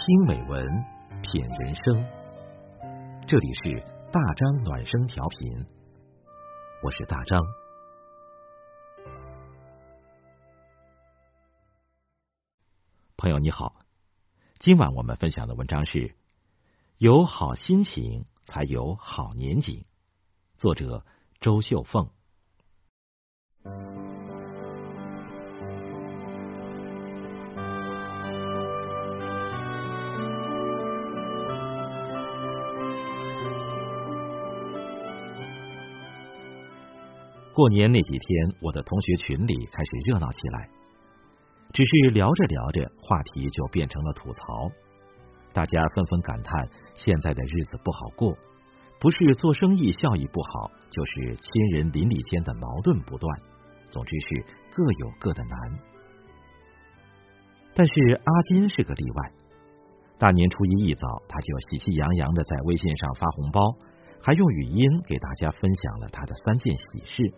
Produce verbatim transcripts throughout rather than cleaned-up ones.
听美文，品人生。这里是大张暖声调频，我是大张。朋友你好，今晚我们分享的文章是有好心情才有好年景，作者周秀凤。过年那几天，我的同学群里开始热闹起来。只是聊着聊着，话题就变成了吐槽。大家纷纷感叹现在的日子不好过，不是做生意效益不好，就是亲人邻里间的矛盾不断，总之是各有各的难。但是阿金是个例外，大年初一一早，他就喜气洋洋的在微信上发红包，还用语音给大家分享了他的三件喜事。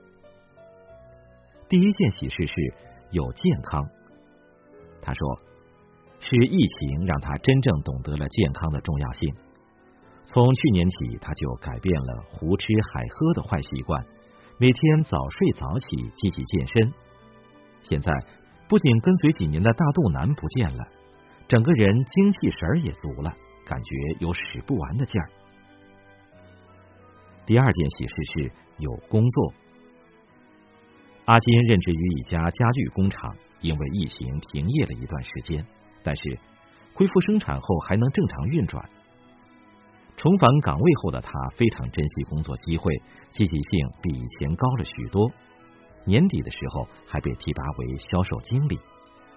第一件喜事是有健康。他说，是疫情让他真正懂得了健康的重要性。从去年起，他就改变了胡吃海喝的坏习惯，每天早睡早起，积极健身。现在不仅跟随几年的大肚腩不见了，整个人精气神也足了，感觉有使不完的劲儿。第二件喜事是有工作。阿金任职于一家家具工厂，因为疫情停业了一段时间，但是恢复生产后还能正常运转。重返岗位后的他非常珍惜工作机会，积极性比以前高了许多。年底的时候还被提拔为销售经理。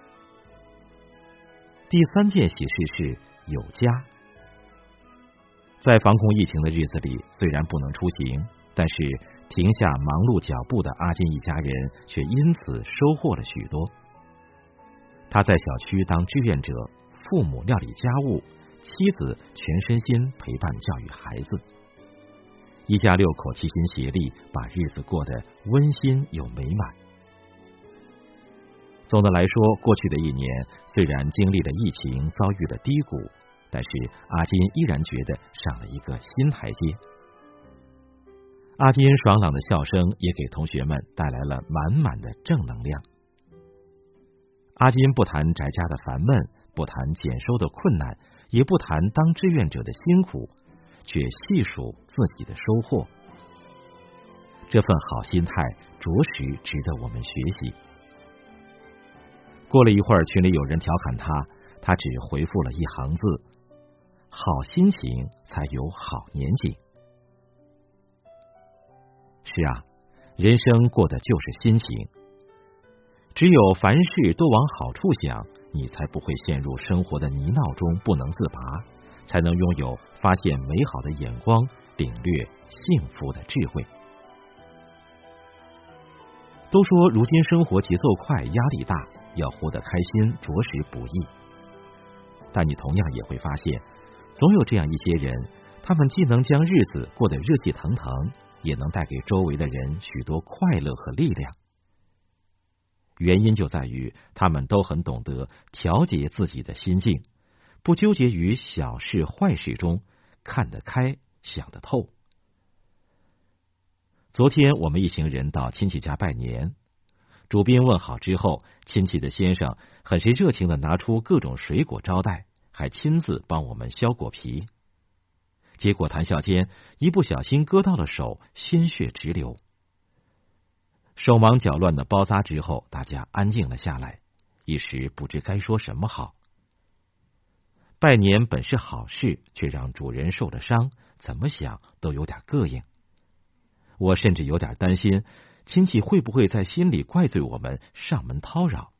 第三件喜事是有家。在防控疫情的日子里，虽然不能出行，但是停下忙碌脚步的阿金一家人却因此收获了许多。他在小区当志愿者，父母料理家务，妻子全身心陪伴教育孩子，一家六口齐心协力，把日子过得温馨又美满。总的来说，过去的一年虽然经历了疫情，遭遇了低谷，但是阿金依然觉得上了一个新台阶。阿金爽朗的笑声也给同学们带来了满满的正能量。阿金不谈宅家的烦闷，不谈减收的困难，也不谈当志愿者的辛苦，却细数自己的收获。这份好心态着实值得我们学习。过了一会儿，群里有人调侃他，他只回复了一行字：好心情才有好年景。是啊，人生过的就是心情。只有凡事都往好处想，你才不会陷入生活的泥淖中不能自拔，才能拥有发现美好的眼光，领略幸福的智慧。都说如今生活节奏快，压力大，要活得开心着实不易。但你同样也会发现，总有这样一些人，他们既能将日子过得热气腾腾，也能带给周围的人许多快乐和力量。原因就在于他们都很懂得调节自己的心境，不纠结于小事坏事中，看得开，想得透。昨天我们一行人到亲戚家拜年，主宾问好之后，亲戚的先生很是热情的拿出各种水果招待，还亲自帮我们削果皮。结果谈笑间，一不小心割到了手，鲜血直流。手忙脚乱的包扎之后，大家安静了下来，一时不知该说什么好。拜年本是好事，却让主人受了伤，怎么想都有点膈应。我甚至有点担心，亲戚会不会在心里怪罪我们上门叨扰。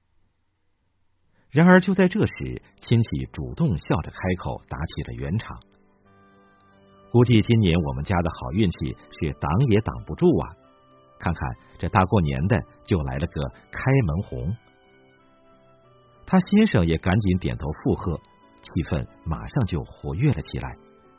然而就在这时，亲戚主动笑着开口，打起了圆场。估计今年我们家的好运气是挡也挡不住啊！看看这大过年的就来了个开门红。他先生也赶紧点头附和，气氛马上就活跃了起来。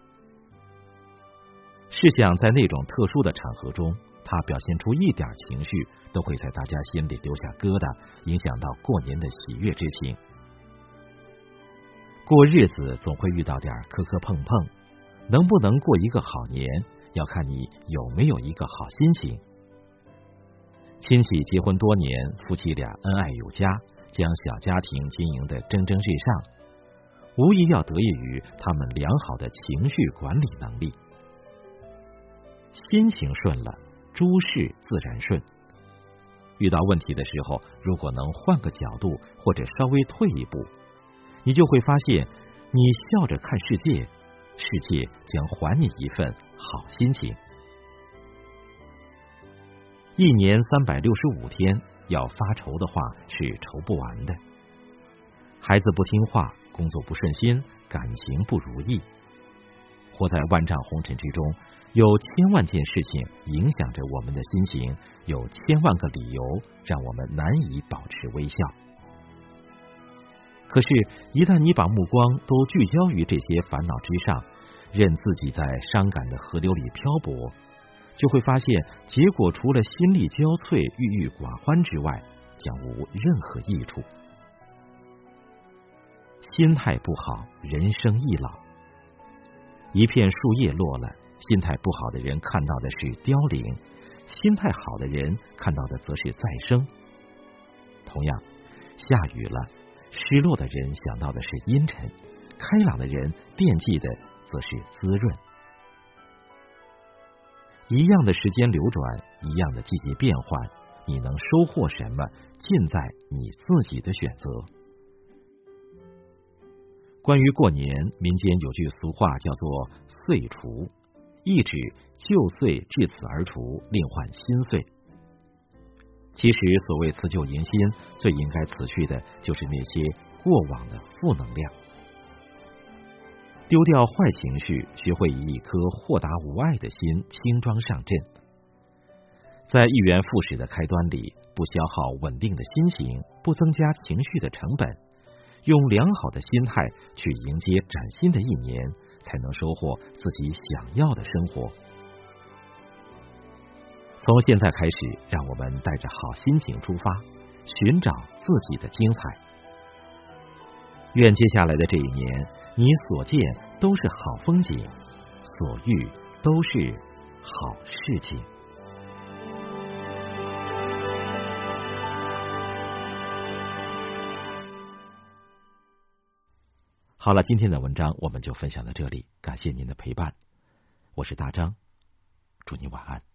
试想在那种特殊的场合中，他表现出一点情绪，都会在大家心里留下疙瘩，影响到过年的喜悦之情。 过日子总会遇到点磕磕碰碰，能不能过一个好年，要看你有没有一个好心情。亲戚结婚多年，夫妻俩恩爱有加，将小家庭经营得蒸蒸日上，无疑要得益于他们良好的情绪管理能力。心情顺了，诸事自然顺。遇到问题的时候，如果能换个角度，或者稍微退一步，你就会发现，你笑着看世界，世界将还你一份好心情。一年三百六十五天，要发愁的话是愁不完的。孩子不听话，工作不顺心，感情不如意，活在万丈红尘之中，有千万件事情影响着我们的心情，有千万个理由让我们难以保持微笑。可是，一旦你把目光都聚焦于这些烦恼之上，任自己在伤感的河流里漂泊，就会发现，结果除了心力交瘁、郁郁寡欢之外，将无任何益处。心态不好，人生易老。一片树叶落了，心态不好的人看到的是凋零，心态好的人看到的则是再生。同样，下雨了，失落的人想到的是阴沉，开朗的人惦记的则是滋润。一样的时间流转，一样的季节变换，你能收获什么，尽在你自己的选择。关于过年，民间有句俗话叫做岁除，意指旧岁至此而除，另换新岁。其实所谓辞旧迎新，最应该辞去的就是那些过往的负能量。丢掉坏情绪，学会以一颗豁达无碍的心轻装上阵。在一元复始的开端里，不消耗稳定的心情，不增加情绪的成本，用良好的心态去迎接崭新的一年，才能收获自己想要的生活。从现在开始，让我们带着好心情出发，寻找自己的精彩。愿接下来的这一年，你所见都是好风景，所遇都是好事情。好了，今天的文章我们就分享到这里，感谢您的陪伴，我是大张，祝你晚安。